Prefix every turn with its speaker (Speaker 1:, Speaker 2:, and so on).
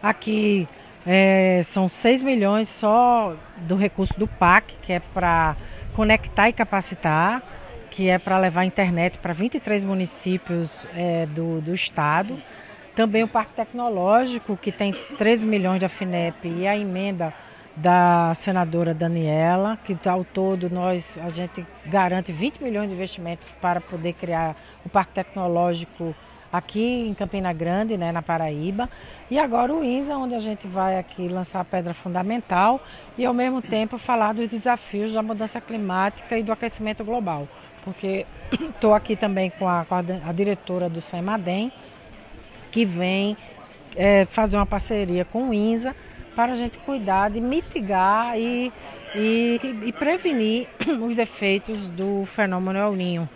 Speaker 1: Aqui são 6 milhões só do recurso do PAC, que é para conectar e capacitar, que é para levar a internet para 23 municípios do estado. Também o Parque Tecnológico, que tem 13 milhões da FINEP, e a emenda da senadora Daniela, que ao todo a gente garante 20 milhões de investimentos para poder criar o Parque Tecnológico aqui em Campina Grande, né, na Paraíba. E agora o INSA, onde a gente vai aqui lançar a pedra fundamental e ao mesmo tempo falar dos desafios da mudança climática e do aquecimento global. Porque estou aqui também com a diretora do SEMADEM, que vem fazer uma parceria com o INSA para a gente cuidar de mitigar e prevenir os efeitos do fenômeno El Niño.